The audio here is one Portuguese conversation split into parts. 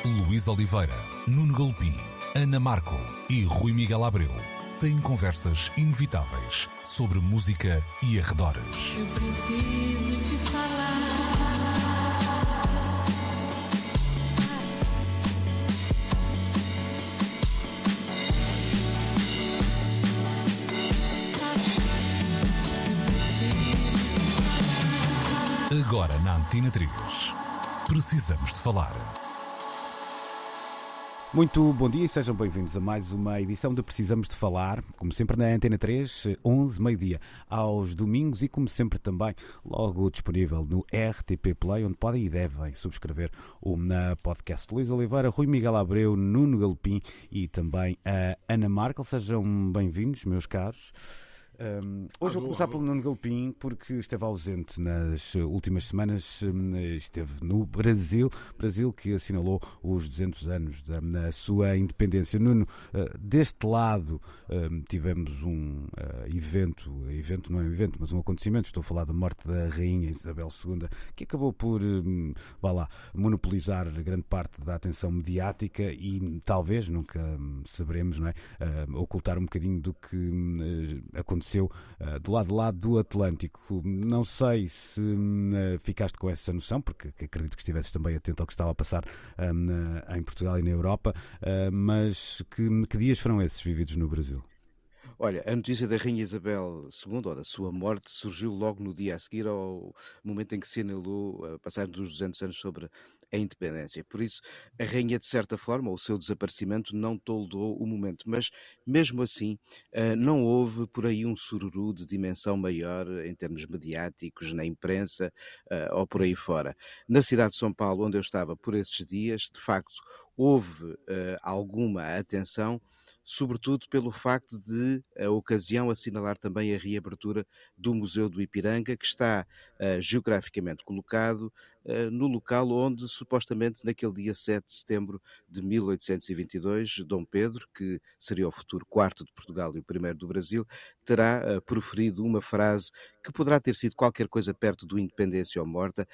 Luís Oliveira, Nuno Galopim, Ana Marco e Rui Miguel Abreu têm conversas inevitáveis sobre música e arredores. Eu preciso te falar. Agora na Antena 3. Precisamos de falar. Muito bom dia e sejam bem-vindos a mais uma edição de Precisamos de Falar, como sempre na Antena 3, 11, meio-dia, aos domingos e como sempre também logo disponível no RTP Play, onde podem e devem subscrever o podcast Luís Oliveira, Rui Miguel Abreu, Nuno Galopim e também a Ana Marco. Sejam bem-vindos, meus caros. Hoje vou começar pelo Nuno Galopim, porque esteve ausente nas últimas semanas, esteve no Brasil que assinalou os 200 anos da sua independência. Nuno, deste lado tivemos um evento não é um evento, mas um acontecimento, estou a falar da morte da Rainha Isabel II, que acabou por, monopolizar grande parte da atenção mediática e talvez, nunca saberemos, não é? Ocultar um bocadinho do que aconteceu do lado de lá do Atlântico. Não sei se ficaste com essa noção, porque acredito que estivesses também atento ao que estava a passar em Portugal e na Europa, mas que dias foram esses vividos no Brasil? Olha, a notícia da Rainha Isabel II, ou da sua morte, surgiu logo no dia a seguir ao momento em que se assinalou a passagem dos 200 anos sobre a independência. Por isso, a Rainha, de certa forma, o seu desaparecimento não toldou o momento, mas mesmo assim não houve por aí um sururu de dimensão maior em termos mediáticos, na imprensa ou por aí fora. Na cidade de São Paulo, onde eu estava por esses dias, de facto, houve alguma atenção, sobretudo pelo facto de a ocasião assinalar também a reabertura do Museu do Ipiranga, que está geograficamente colocado no local onde, supostamente, naquele dia 7 de setembro de 1822, Dom Pedro, que seria o futuro quarto de Portugal e o primeiro do Brasil, terá proferido uma frase que poderá ter sido qualquer coisa perto do Independência ou Morte,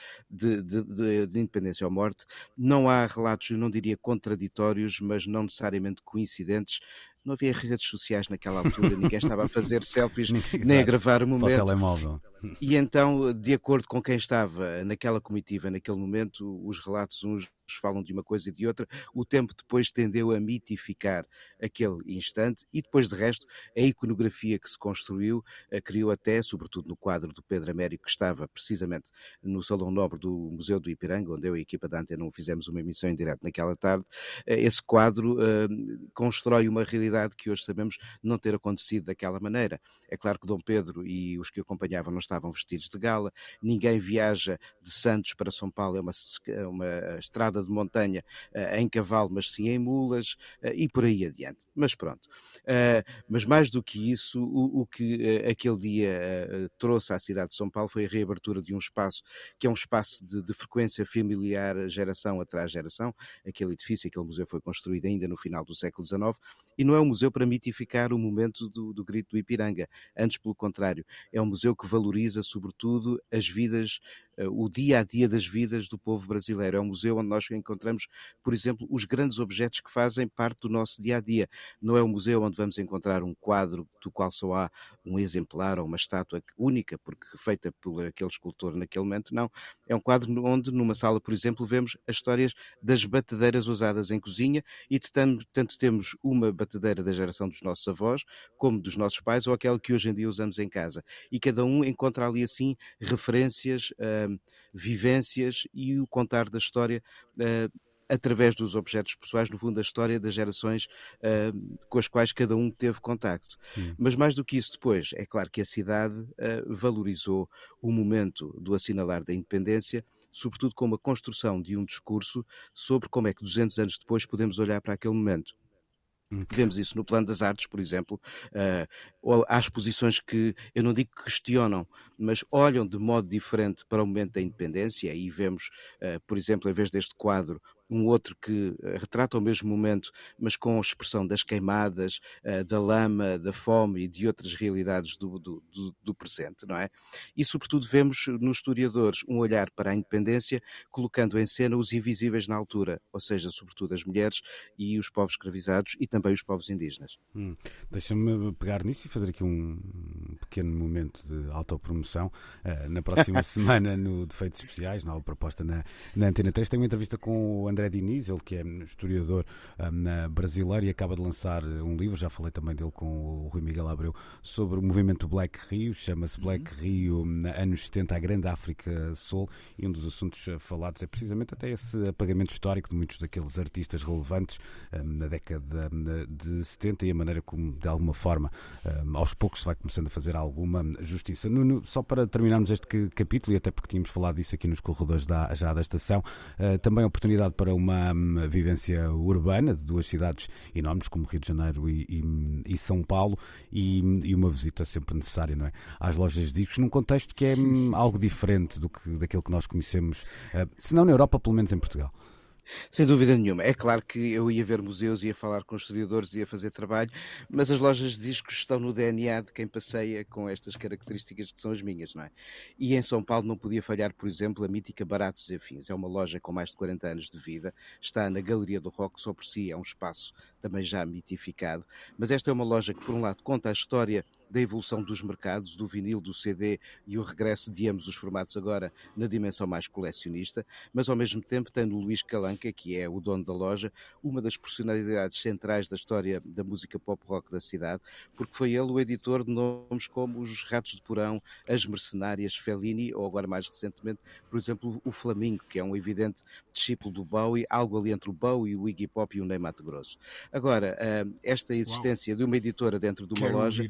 de Independência ou Morte. Não há relatos, eu não diria contraditórios, mas não necessariamente coincidentes. Não havia redes sociais naquela altura, ninguém estava a fazer selfies, nem a gravar o momento. Para o telemóvel. E então, de acordo com quem estava naquela comitiva, naquele momento, os relatos uns falam de uma coisa e de outra, o tempo depois tendeu a mitificar aquele instante e depois, de resto, a iconografia que se construiu criou até, sobretudo no quadro do Pedro Américo, que estava precisamente no Salão Nobre do Museu do Ipiranga, onde eu e a equipa da Antena 1 fizemos uma emissão em direto naquela tarde. Esse quadro constrói uma realidade que hoje sabemos não ter acontecido daquela maneira. É claro que Dom Pedro e os que o acompanhavam não estavam vestidos de gala, ninguém viaja de Santos para São Paulo, é uma estrada de montanha em cavalo, mas sim em mulas e por aí adiante. Mas pronto. Mas mais do que isso, o que aquele dia trouxe à cidade de São Paulo foi a reabertura de um espaço que é um espaço de frequência familiar, geração atrás geração. Aquele edifício, aquele museu foi construído ainda no final do século XIX e não é um museu para mitificar o momento do grito do Ipiranga. Antes, pelo contrário, é um museu que valoriza, sobretudo, as vidas, o dia-a-dia das vidas do povo brasileiro. É um museu onde nós encontramos, por exemplo, os grandes objetos que fazem parte do nosso dia-a-dia. Não é um museu onde vamos encontrar um quadro do qual só há um exemplar ou uma estátua única, porque feita por aquele escultor naquele momento, não. É um quadro onde, numa sala, por exemplo, vemos as histórias das batedeiras usadas em cozinha e tanto temos uma batedeira da geração dos nossos avós, como dos nossos pais, ou aquela que hoje em dia usamos em casa. E cada um encontra ali, assim, referências, vivências e o contar da história através dos objetos pessoais, no fundo, a história das gerações com as quais cada um teve contacto. Mas mais do que isso depois, é claro que a cidade valorizou o momento do assinalar da independência, sobretudo com uma construção de um discurso sobre como é que 200 anos depois podemos olhar para aquele momento. Vemos isso no plano das artes, por exemplo. Há exposições que, eu não digo que questionam, mas olham de modo diferente para o momento da independência, e vemos, por exemplo, em vez deste quadro, um outro que retrata o mesmo momento, mas com a expressão das queimadas, da lama, da fome e de outras realidades do presente, não é? E, sobretudo, vemos nos historiadores um olhar para a independência, colocando em cena os invisíveis na altura, ou seja, sobretudo as mulheres e os povos escravizados e também os povos indígenas. Deixa-me pegar nisso e fazer aqui um pequeno momento de autopromoção. Na próxima semana, no Defeitos Especiais, nova proposta na Antena 3, tenho uma entrevista com o André Diniz, ele que é historiador brasileiro e acaba de lançar um livro, já falei também dele com o Rui Miguel Abreu, sobre o movimento Black Rio, chama-se Black Rio, anos 70, a Grande África Sul, e um dos assuntos falados é precisamente até esse apagamento histórico de muitos daqueles artistas relevantes na década de 70 e a maneira como, de alguma forma, aos poucos se vai começando a fazer alguma justiça. Nuno, só para terminarmos este capítulo, e até porque tínhamos falado disso aqui nos corredores já da estação, também a oportunidade para uma vivência urbana de duas cidades enormes como Rio de Janeiro e São Paulo, e uma visita sempre necessária, não é? Às lojas de discos, num contexto que é algo diferente daquilo que nós conhecemos, se não na Europa, pelo menos em Portugal. Sem dúvida nenhuma. É claro que eu ia ver museus, ia falar com historiadores, ia fazer trabalho, mas as lojas de discos estão no DNA de quem passeia com estas características que são as minhas, não é? E em São Paulo não podia falhar, por exemplo, a mítica Baratos e Afins. É uma loja com mais de 40 anos de vida, está na Galeria do Rock, só por si é um espaço também já mitificado, mas esta é uma loja que, por um lado, conta a história da evolução dos mercados, do vinil, do CD e o regresso de ambos os formatos agora na dimensão mais colecionista, mas ao mesmo tempo tem no Luís Calanca, que é o dono da loja, uma das personalidades centrais da história da música pop-rock da cidade, porque foi ele o editor de nomes como os Ratos de Porão, as Mercenárias, Fellini, ou agora mais recentemente, por exemplo, o Flamingo, que é um evidente discípulo do Bowie, algo ali entre o Bowie, o Iggy Pop e o Ney Matogrosso. Agora, esta existência de uma editora dentro de uma loja...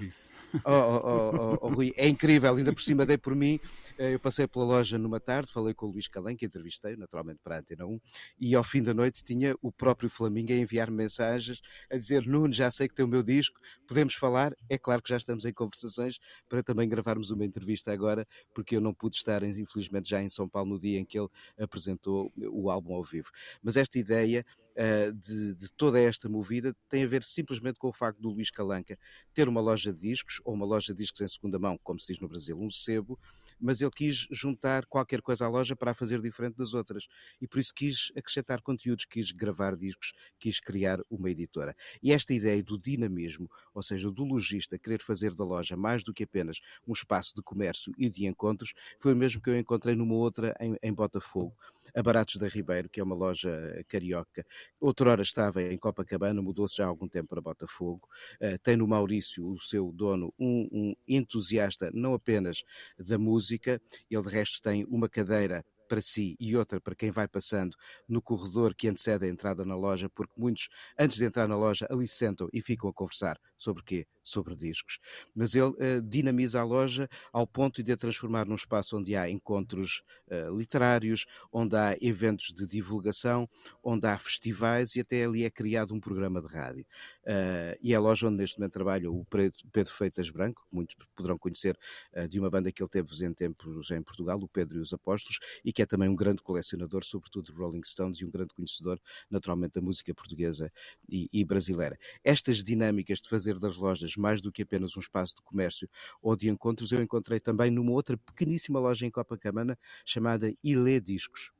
Rui, é incrível, ainda por cima dei por mim, eu passei pela loja numa tarde, falei com o Luís Calanca, entrevistei naturalmente para a Antena 1, e ao fim da noite tinha o próprio Flamingo a enviar mensagens a dizer: Nuno, já sei que tem o meu disco, podemos falar? É claro que já estamos em conversações para também gravarmos uma entrevista agora, porque eu não pude estar, infelizmente, já em São Paulo no dia em que ele apresentou o álbum ao vivo. Mas esta ideia de toda esta movida tem a ver simplesmente com o facto do Luís Calanca ter uma loja de discos, ou uma loja de discos em segunda mão, como se diz no Brasil, um sebo, mas ele quis juntar qualquer coisa à loja para a fazer diferente das outras, e por isso quis acrescentar conteúdos, quis gravar discos, quis criar uma editora. E esta ideia do dinamismo, ou seja, do lojista querer fazer da loja mais do que apenas um espaço de comércio e de encontros, foi o mesmo que eu encontrei numa outra em Botafogo, a Baratos da Ribeiro, que é uma loja carioca. Outrora estava em Copacabana, mudou-se já há algum tempo para Botafogo. Tem no Maurício, o seu dono, um entusiasta não apenas da música, ele de resto tem uma cadeira para si e outra para quem vai passando no corredor que antecede a entrada na loja, porque muitos, antes de entrar na loja, ali se sentam e ficam a conversar. Sobre quê? Sobre discos. Mas ele dinamiza a loja ao ponto de a transformar num espaço onde há encontros literários, onde há eventos de divulgação, onde há festivais e até ali é criado um programa de rádio. E é a loja onde neste momento trabalha o Pedro Freitas Branco, que muitos poderão conhecer de uma banda que ele teve em tempos em Portugal, o Pedro e os Apóstolos, e que é também um grande colecionador, sobretudo de Rolling Stones, e um grande conhecedor, naturalmente, da música portuguesa e brasileira. Estas dinâmicas de fazer das lojas mais do que apenas um espaço de comércio ou de encontros, eu encontrei também numa outra pequeníssima loja em Copacabana chamada Ilê Discos.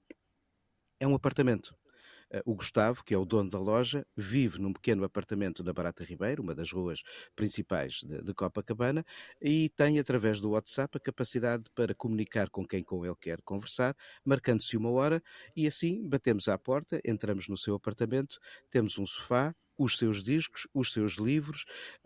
É um apartamento. O Gustavo, que é o dono da loja, vive num pequeno apartamento na Barata Ribeiro, uma das ruas principais de Copacabana, e tem, através do WhatsApp, a capacidade para comunicar com quem com ele quer conversar, marcando-se uma hora, e assim batemos à porta, entramos no seu apartamento, temos um sofá, os seus discos, os seus livros,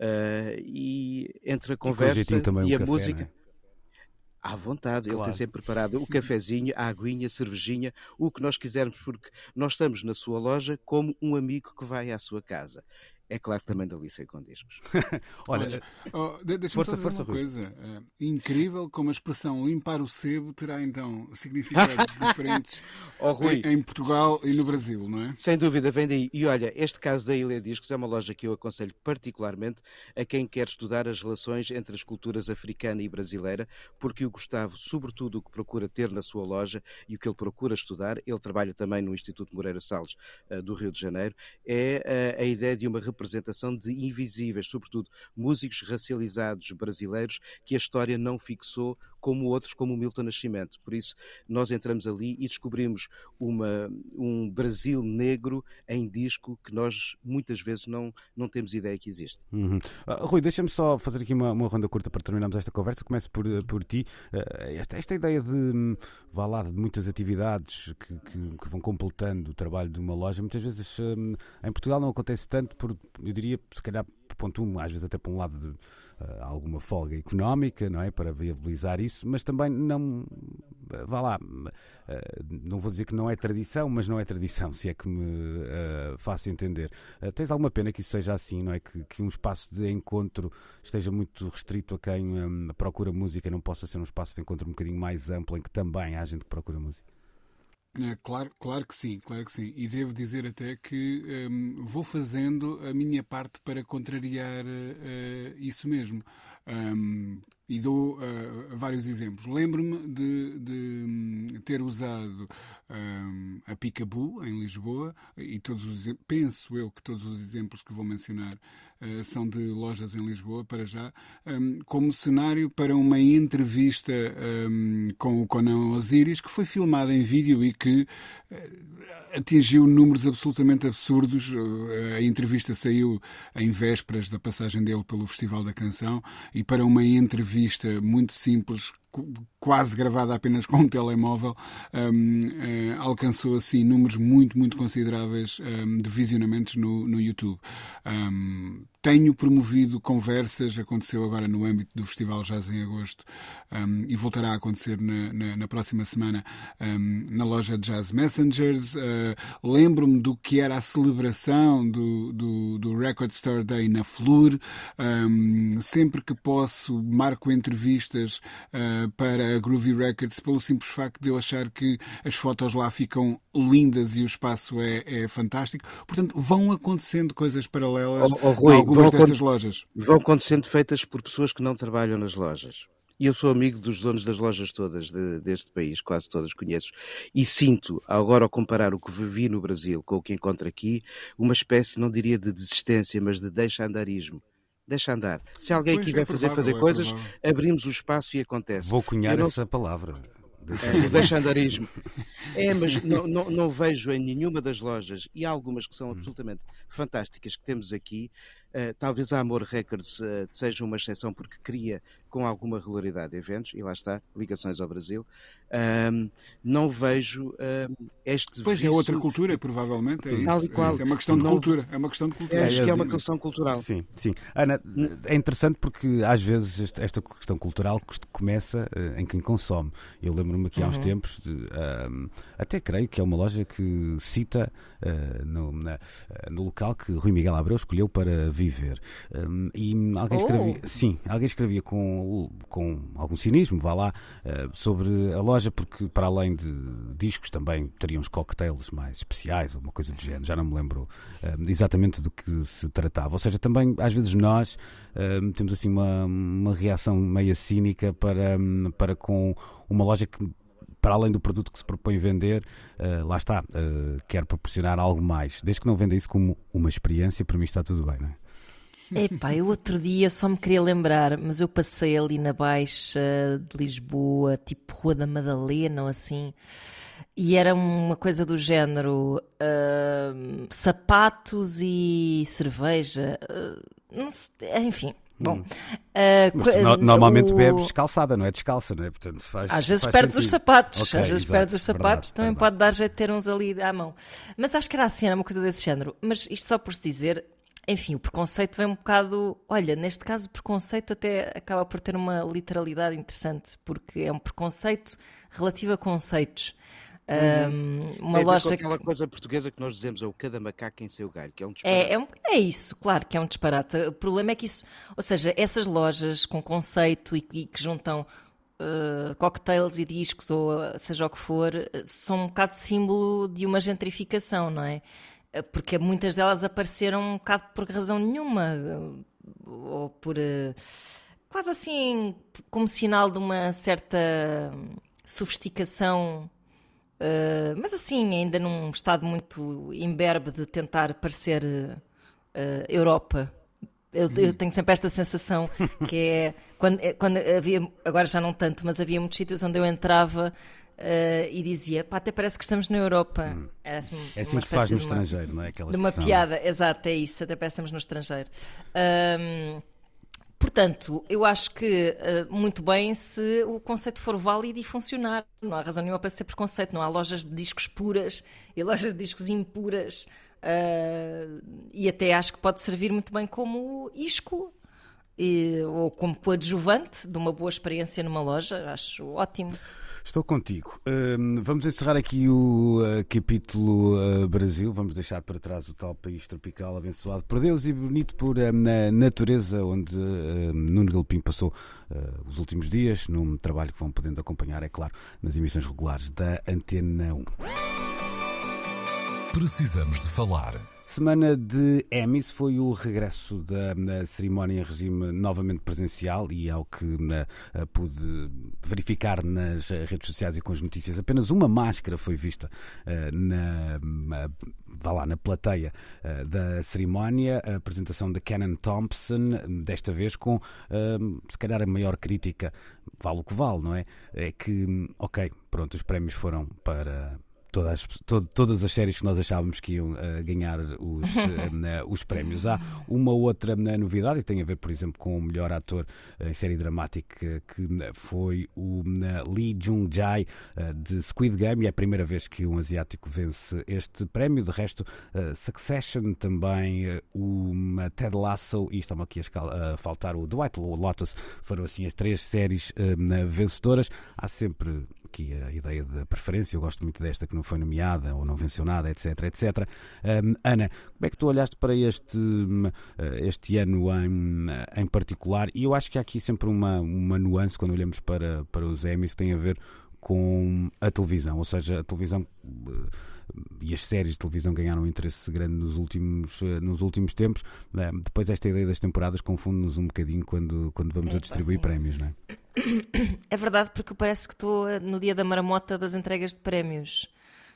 e entre a conversa e a café, música... Não é? À vontade, Claro. ele tem sempre preparado o cafezinho, a aguinha, a cervejinha, o que nós quisermos, porque nós estamos na sua loja como um amigo que vai à sua casa. é claro que também dali sei com discos. Olha, deixa-me só dizer uma coisa. Incrível como a expressão limpar o sebo terá então significados diferentes Rui, em Portugal e no Brasil, não é? Sem dúvida, vem daí. E olha, este caso da Ilha Discos é uma loja que eu aconselho particularmente a quem quer estudar as relações entre as culturas africana e brasileira, porque o Gustavo, sobretudo, o que procura ter na sua loja e o que ele procura estudar, ele trabalha também no Instituto Moreira Salles do Rio de Janeiro, é a ideia de uma representação de invisíveis, sobretudo músicos racializados brasileiros que a história não fixou como outros, como o Milton Nascimento. Por isso, nós entramos ali e descobrimos um Brasil negro em disco que nós muitas vezes não temos ideia que existe. Rui, deixa-me só fazer aqui uma ronda curta para terminarmos esta conversa. Começo por ti. Esta ideia de muitas atividades que vão completando o trabalho de uma loja, muitas vezes em Portugal não acontece tanto, eu diria, se calhar, ponto às vezes até por um lado de alguma folga económica, não é, para viabilizar isso, mas também não vou dizer que não é tradição, mas não é tradição, se é que me faço entender. Tens alguma pena que isso seja assim, não é, que um espaço de encontro esteja muito restrito a quem procura música e não possa ser um espaço de encontro um bocadinho mais amplo em que também há gente que procura música? Claro que sim. E devo dizer até que vou fazendo a minha parte para contrariar isso mesmo. E dou vários exemplos. Lembro-me de ter usado a Picaboo em Lisboa, e penso eu que todos os exemplos que vou mencionar são de lojas em Lisboa, para já, como cenário para uma entrevista com o Conan Osiris, que foi filmada em vídeo e que atingiu números absolutamente absurdos. A entrevista saiu em vésperas da passagem dele pelo Festival da Canção, e para uma entrevista muito simples, quase gravada apenas com um telemóvel, alcançou assim números muito, muito consideráveis de visionamentos no YouTube. Tenho promovido conversas, aconteceu agora no âmbito do Festival Jazz em agosto, e voltará a acontecer na próxima semana na loja Jazz Messengers. Lembro-me do que era a celebração do Record Store Day na Flur. Sempre que posso, marco entrevistas para a Groovy Records, pelo simples facto de eu achar que as fotos lá ficam lindas e o espaço é fantástico. Portanto, vão acontecendo coisas paralelas Rui, a algumas destas lojas. Vão acontecendo feitas por pessoas que não trabalham nas lojas. E eu sou amigo dos donos das lojas todas deste país, quase todas conheço, e sinto, agora ao comparar o que vivi no Brasil com o que encontro aqui, uma espécie, não diria de desistência, mas de deixa-andarismo. Deixa andar. Se alguém quiser fazer coisas, abrimos o espaço e acontece. Vou cunhar essa palavra. Deixa-andarismo. Mas não vejo em nenhuma das lojas, e há algumas que são absolutamente fantásticas que temos aqui. Talvez a Amor Records seja uma exceção, porque cria com alguma regularidade eventos, e lá está, ligações ao Brasil. Não vejo este Pois vício... é outra cultura, provavelmente, é isso. Qual, é uma questão de cultura. É uma questão de cultura. Acho que é uma questão cultural. Sim. Ana, é interessante porque às vezes esta questão cultural começa em quem consome. Eu lembro-me aqui há uns tempos, até creio que é uma loja que cita no local que Rui Miguel Abreu escolheu para viver. E alguém escrevia com algum cinismo, vá lá, sobre a loja, porque para além de discos também teriam uns cocktails mais especiais ou uma coisa do género, já não me lembro exatamente do que se tratava. Ou seja, também às vezes nós temos assim uma reação meio cínica para com uma loja que, para além do produto que se propõe vender, lá está, quer proporcionar algo mais. Desde que não venda isso como uma experiência, para mim está tudo bem, não é? Eu outro dia só me queria lembrar, mas eu passei ali na Baixa de Lisboa, tipo Rua da Madalena ou assim, e era uma coisa do género sapatos e cerveja, não sei, enfim. Bom, mas tu normalmente bebes calçada, não é descalça, não é? Portanto, às vezes perdes os sapatos, okay, às vezes exato, perdes os sapatos, verdade, também pode dar jeito de ter uns ali à mão. Mas acho que era assim, era uma coisa desse género. Mas isto só por se dizer, enfim, o preconceito vem um bocado... Olha, neste caso o preconceito até acaba por ter uma literalidade interessante, porque é um preconceito relativo a conceitos. Uma Tem a ver loja com aquela coisa portuguesa que nós dizemos, é o cada macaco em seu galho, que é um disparate. é isso, claro que é um disparate. O problema é que isso, ou seja, essas lojas com conceito e que juntam cocktails e discos, ou seja o que for, são um bocado símbolo de uma gentrificação, não é? Porque muitas delas apareceram um bocado por razão nenhuma, ou por quase assim como sinal de uma certa sofisticação, mas assim ainda num estado muito imberbe de tentar parecer Europa. Eu tenho sempre esta sensação que é quando havia, agora já não tanto, mas havia muitos sítios onde eu entrava e dizia, pá, até parece que estamos na Europa. Era assim, É assim que se faz no estrangeiro, não é? De uma piada, exato, é isso, até parece que estamos no estrangeiro. Portanto, eu acho que muito bem se o conceito for válido e funcionar. Não há razão nenhuma para ser preconceito. Não há lojas de discos puras e lojas de discos impuras. E até acho que pode servir muito bem como isco ou como coadjuvante de uma boa experiência numa loja. Acho ótimo. Estou contigo. Vamos encerrar aqui o capítulo Brasil. Vamos deixar para trás o tal país tropical abençoado por Deus e bonito por natureza, onde Nuno Galpim passou os últimos dias, num trabalho que vão podendo acompanhar, é claro, nas emissões regulares da Antena 1. Precisamos de falar. Semana de Emmys foi o regresso da cerimónia em regime novamente presencial e ao que pude verificar nas redes sociais e com as notícias, apenas uma máscara foi vista na plateia da cerimónia, a apresentação de Kenan Thompson, desta vez com se calhar a maior crítica, vale o que vale, não é? É que, ok, pronto, os prémios foram para todas as séries que nós achávamos que iam ganhar os prémios. Há uma outra novidade, e tem a ver, por exemplo, com o melhor ator em série dramática, que foi o Lee Jung-jae de Squid Game, e é a primeira vez que um asiático vence este prémio. De resto, Succession, também o Ted Lasso, e estão aqui a faltar o White Lotus, foram assim as 3 séries vencedoras. Há sempre aqui a ideia da preferência, eu gosto muito desta que não foi nomeada ou não venceu nada, etc, etc. Ana, como é que tu olhaste para este ano em particular? E eu acho que há aqui sempre uma nuance quando olhamos para os Emmys, que tem a ver com a televisão, ou seja, a televisão e as séries de televisão ganharam um interesse grande nos últimos tempos. Depois esta ideia das temporadas confunde-nos um bocadinho quando vamos a distribuir prémios, não é? É verdade, porque parece que estou no dia da marmota das entregas de prémios.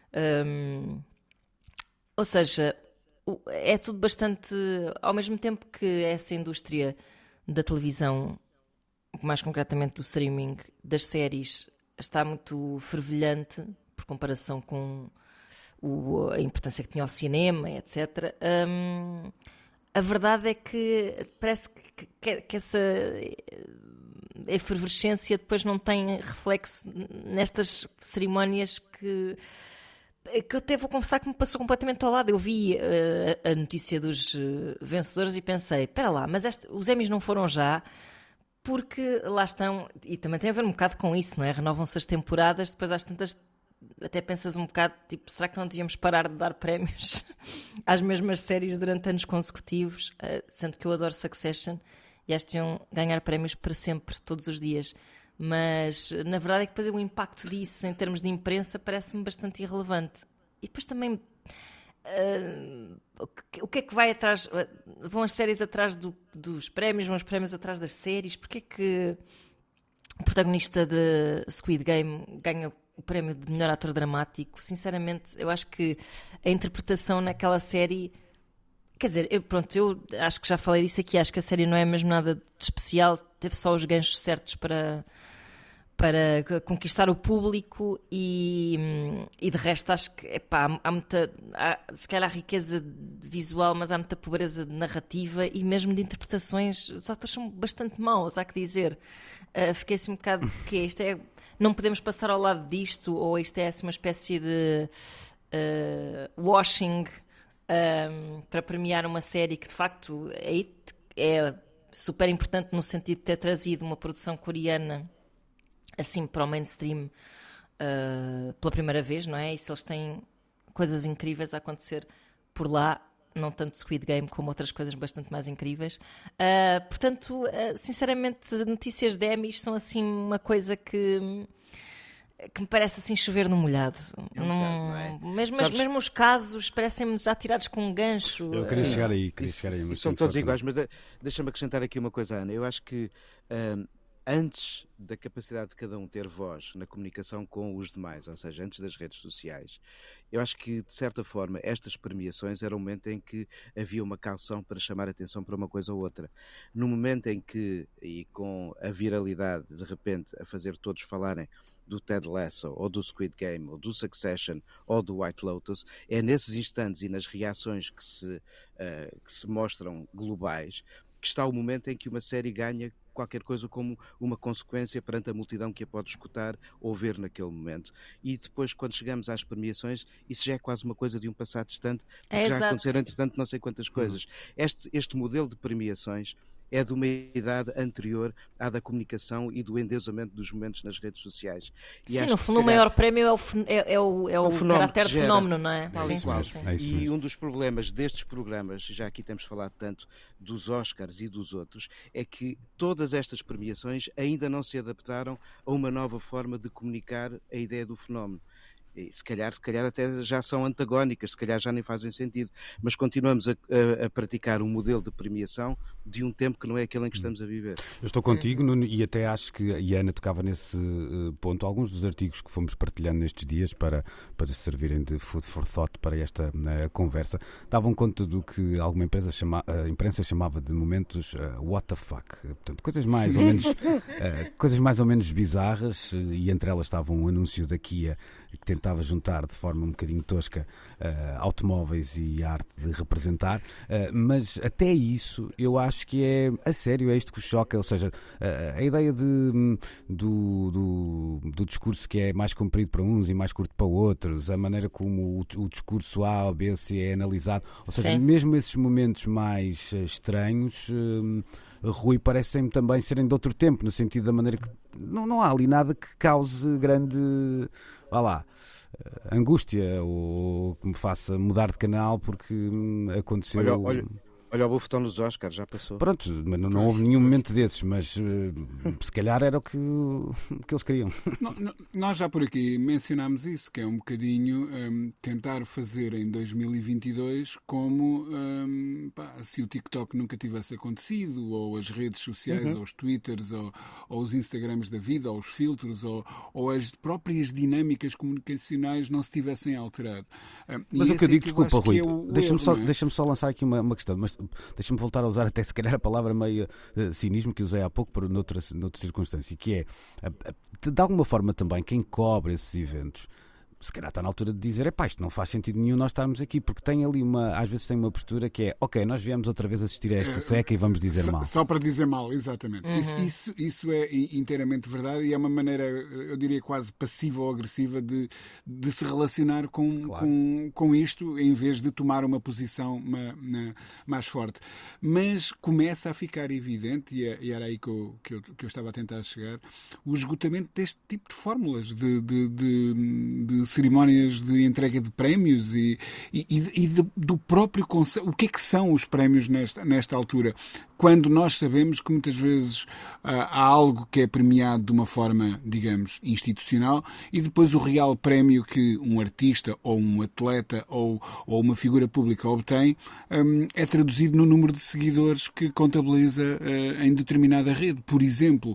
Ou seja, é tudo bastante... Ao mesmo tempo que essa indústria da televisão, mais concretamente do streaming, das séries, está muito fervilhante por comparação com a importância que tinha ao cinema, etc. A verdade é que parece que essa efervescência depois não tem reflexo nestas cerimónias que eu até vou confessar que me passou completamente ao lado. Eu vi a notícia dos vencedores e pensei, espera lá, mas os Emmys não foram já, porque lá estão, e também tem a ver um bocado com isso, não é? Renovam-se as temporadas, depois às tantas até pensas um bocado, tipo, será que não devíamos parar de dar prémios às mesmas séries durante anos consecutivos? Sendo que eu adoro Succession e acho que deviam ganhar prémios para sempre, todos os dias. Mas, na verdade, é que depois o impacto disso, em termos de imprensa, parece-me bastante irrelevante. E depois também, o que é que vai atrás? Vão as séries atrás dos prémios, vão os prémios atrás das séries? Porquê é que o protagonista de Squid Game ganha o prémio de melhor ator dramático? Sinceramente, eu acho que a interpretação naquela série... Quer dizer, eu acho que já falei disso aqui, acho que a série não é mesmo nada de especial, teve só os ganchos certos para conquistar o público e de resto acho que há muita, se calhar há riqueza visual, mas há muita pobreza de narrativa e mesmo de interpretações. Os atores são bastante maus, há que dizer. Fiquei assim um bocado, isto é, não podemos passar ao lado disto, ou isto é assim uma espécie de washing para premiar uma série que de facto é super importante no sentido de ter trazido uma produção coreana assim para o mainstream pela primeira vez, não é? E se eles têm coisas incríveis a acontecer por lá, não tanto Squid Game como outras coisas bastante mais incríveis. Portanto, sinceramente, notícias de Emmys são assim uma coisa que me parece assim chover no molhado. Não é? Mesmo os casos parecem-me já tirados com um gancho. Eu queria chegar aí. Mas são todos iguais, mas deixa-me acrescentar aqui uma coisa, Ana. Eu acho que antes da capacidade de cada um ter voz na comunicação com os demais, ou seja, antes das redes sociais, eu acho que, de certa forma, estas premiações era um momento em que havia uma calção para chamar a atenção para uma coisa ou outra. No momento em que, e com a viralidade, de repente, a fazer todos falarem do Ted Lasso, ou do Squid Game, ou do Succession, ou do White Lotus, é nesses instantes e nas reações que se mostram globais que está o momento em que uma série ganha qualquer coisa como uma consequência perante a multidão que a pode escutar ou ver naquele momento. E depois, quando chegamos às premiações, isso já é quase uma coisa de um passado distante, porque já aconteceram, entretanto, não sei quantas coisas. Este modelo de premiações é de uma idade anterior à da comunicação e do endeusamento dos momentos nas redes sociais. E sim, no fundo, o maior prémio é o caráter de fenómeno, não é? Sim. E um dos problemas destes programas, já aqui temos falado tanto dos Oscars e dos outros, é que todas estas premiações ainda não se adaptaram a uma nova forma de comunicar a ideia do fenómeno. E se calhar até já são antagónicas, se calhar já nem fazem sentido, mas continuamos a praticar um modelo de premiação de um tempo que não é aquele em que estamos a viver. Eu estou contigo, Nuno, e até acho que a Ana tocava nesse ponto. Alguns dos artigos que fomos partilhando nestes dias para servirem de food for thought para esta conversa davam conta do que alguma a imprensa chamava de momentos what the fuck. Portanto, coisas mais ou menos bizarras, e entre elas estava um anúncio da Kia que tentava juntar de forma um bocadinho tosca automóveis e a arte de representar, mas até isso eu acho que é a sério, é isto que vos choca, ou seja, a ideia do discurso que é mais comprido para uns e mais curto para outros, a maneira como o discurso A ou B ou C é analisado, ou seja, sim, mesmo esses momentos mais estranhos, Rui, parecem-me também serem de outro tempo, no sentido da maneira que não há ali nada que cause grande, angústia ou que me faça mudar de canal porque aconteceu... Olha o bufetão nos Oscars, já passou. Pronto, mas não houve nenhum momento desses, mas se calhar era o que eles queriam. Nós já por aqui mencionámos isso, que é um bocadinho tentar fazer em 2022 como se o TikTok nunca tivesse acontecido, ou as redes sociais, ou os Twitters, ou os Instagrams da vida, ou os filtros, ou as próprias dinâmicas comunicacionais não se tivem alterado. Mas o que eu digo, desculpa, Rui, deixa-me só lançar aqui uma questão, mas deixa-me voltar a usar até se calhar a palavra meio cinismo que usei há pouco noutra circunstância, que é, de alguma forma também, quem cobre esses eventos, se calhar está na altura de dizer, isto não faz sentido nenhum nós estarmos aqui, porque tem ali às vezes tem uma postura que é, ok, nós viemos outra vez assistir a esta seca e vamos dizer mal. Só para dizer mal, exatamente. Isso é inteiramente verdade e é uma maneira, eu diria quase passiva ou agressiva de se relacionar com isto, em vez de tomar uma posição mais forte. Mas começa a ficar evidente, e era aí que eu estava a tentar chegar, o esgotamento deste tipo de fórmulas, de cerimónias de entrega de prémios e do próprio conceito. O que é que são os prémios nesta altura? Quando nós sabemos que muitas vezes há algo que é premiado de uma forma, digamos, institucional e depois o real prémio que um artista ou um atleta ou uma figura pública obtém é traduzido no número de seguidores que contabiliza em determinada rede. Por exemplo,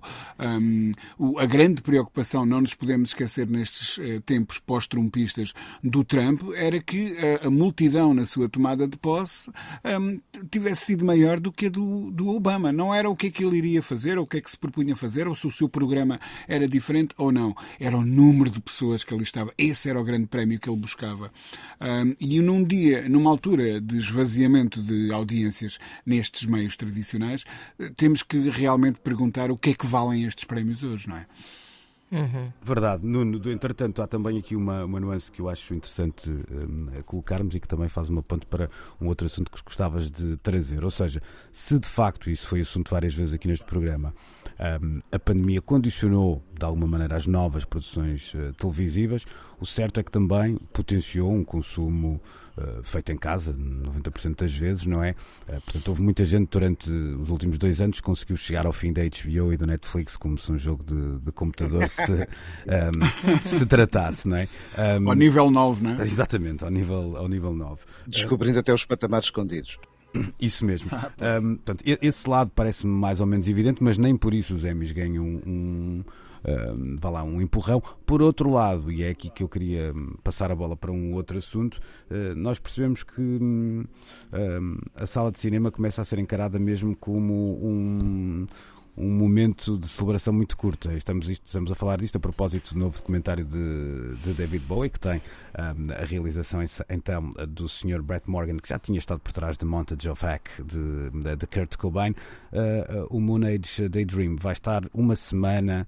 a grande preocupação, não nos podemos esquecer nestes tempos pós-trumpistas do Trump, era que a multidão na sua tomada de posse tivesse sido maior do que a do Obama. Não era o que é que ele iria fazer, ou o que é que se propunha fazer, ou se o seu programa era diferente ou não. Era o número de pessoas que ali estava. Esse era o grande prémio que ele buscava. E numa altura de esvaziamento de audiências nestes meios tradicionais, temos que realmente perguntar o que é que valem estes prémios hoje, não é? Verdade. Nuno, entretanto, há também aqui uma nuance que eu acho interessante colocarmos e que também faz uma ponte para um outro assunto que gostavas de trazer. Ou seja, se de facto, isso foi assunto várias vezes aqui neste programa, a pandemia condicionou de alguma maneira as novas produções televisivas, o certo é que também potenciou um consumo feito em casa, 90% das vezes, não é? Portanto, houve muita gente durante os últimos 2 anos que conseguiu chegar ao fim da HBO e do Netflix como se um jogo de computador se tratasse, não é? Ao nível 9, não é? Exatamente, ao nível 9. Descobrindo até os patamares escondidos. Isso mesmo. Portanto, esse lado parece-me mais ou menos evidente, mas nem por isso os Emmys ganham um empurrão. Por outro lado, e é aqui que eu queria passar a bola para um outro assunto, nós percebemos que a sala de cinema começa a ser encarada mesmo como um momento de celebração muito curta. Estamos a falar disto a propósito do novo documentário de David Bowie, que tem a realização então do Sr. Brett Morgan, que já tinha estado por trás de Montage of Heck de Kurt Cobain. O Moon Age Daydream vai estar uma semana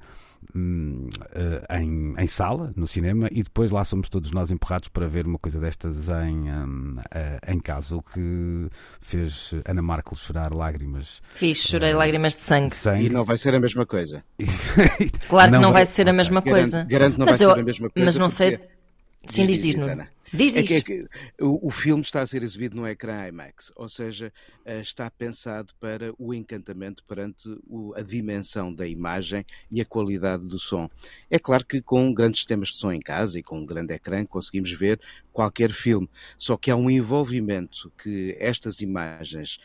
em sala, no cinema, e depois lá somos todos nós empurrados para ver uma coisa destas em casa, o que fez Ana Markel chorar lágrimas. Chorei lágrimas de sangue. E não vai ser a mesma coisa. Claro que não vai ser a mesma coisa. Garanto que não vai ser a mesma coisa. Mas não sei. Sim, diz, Nuno. Diz. O filme está a ser exibido no ecrã IMAX, ou seja, está pensado para o encantamento perante a dimensão da imagem e a qualidade do som. É claro que com grandes sistemas de som em casa e com um grande ecrã conseguimos ver qualquer filme, só que há um envolvimento que estas imagens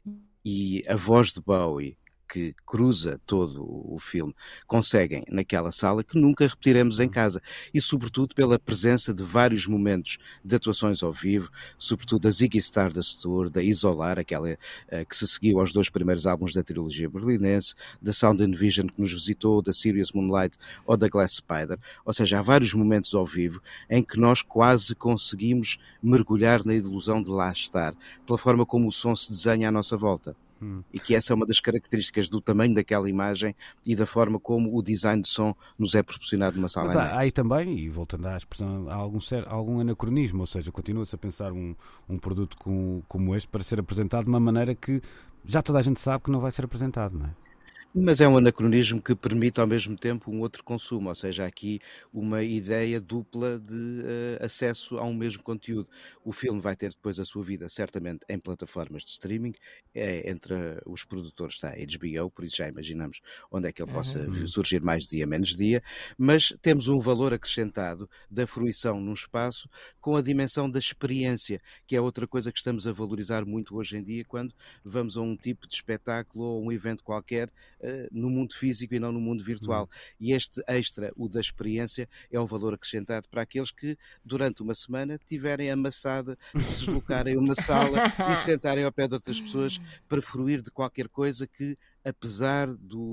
e a voz de Bowie, que cruza todo o filme, conseguem naquela sala que nunca repetiremos em casa. E sobretudo pela presença de vários momentos de atuações ao vivo, sobretudo da Ziggy Stardust Tour, da Isolar, aquela que se seguiu aos 2 primeiros álbuns da trilogia berlinense, da Sound and Vision que nos visitou, da Serious Moonlight ou da Glass Spider. Ou seja, há vários momentos ao vivo em que nós quase conseguimos mergulhar na ilusão de lá estar, pela forma como o som se desenha à nossa volta. E que essa é uma das características do tamanho daquela imagem e da forma como o design de som nos é proporcionado numa sala. Mas há aí também, e voltando à expressão, há algum anacronismo, ou seja, continua-se a pensar um produto como este para ser apresentado de uma maneira que já toda a gente sabe que não vai ser apresentado, não é? Mas é um anacronismo que permite ao mesmo tempo um outro consumo, ou seja, há aqui uma ideia dupla de acesso a um mesmo conteúdo. O filme vai ter depois a sua vida certamente em plataformas de streaming, entre os produtores está a HBO, por isso já imaginamos onde é que ele possa surgir mais dia menos dia, mas temos um valor acrescentado da fruição num espaço com a dimensão da experiência, que é outra coisa que estamos a valorizar muito hoje em dia quando vamos a um tipo de espetáculo ou um evento qualquer no mundo físico e não no mundo virtual. E este extra, o da experiência, é o valor acrescentado para aqueles que durante uma semana tiverem a maçada de se deslocarem a uma sala e sentarem ao pé de outras pessoas para fruir de qualquer coisa que, apesar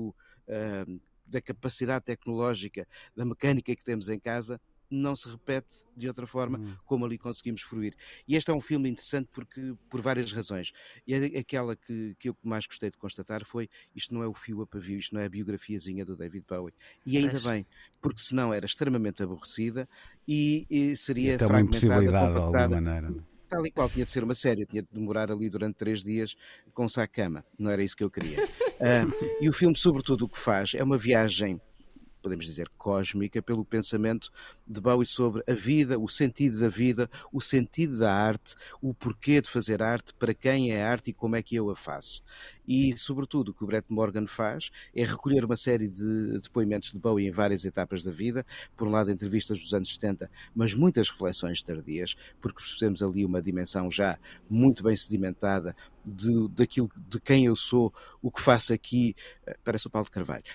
da capacidade tecnológica, da mecânica que temos em casa, não se repete de outra forma como ali conseguimos fruir. E este é um filme interessante por várias razões. E aquela que eu mais gostei de constatar foi: isto não é o fio a pavio, isto não é a biografiazinha do David Bowie. E ainda bem, porque senão era extremamente aborrecida e seria até uma impossibilidade de alguma maneira. Tal e qual, tinha de ser uma série, tinha de demorar ali durante 3 dias com saco-cama. Não era isso que eu queria. E o filme, sobretudo, o que faz é uma viagem, podemos dizer, cósmica, pelo pensamento de Bowie sobre a vida, o sentido da vida, o sentido da arte, o porquê de fazer arte, para quem é arte e como é que eu a faço. E, sobretudo, o que o Brett Morgan faz é recolher uma série de depoimentos de Bowie em várias etapas da vida, por um lado entrevistas dos anos 70, mas muitas reflexões tardias, porque percebemos ali uma dimensão já muito bem sedimentada daquilo de quem eu sou, o que faço aqui, parece o Paulo de Carvalho.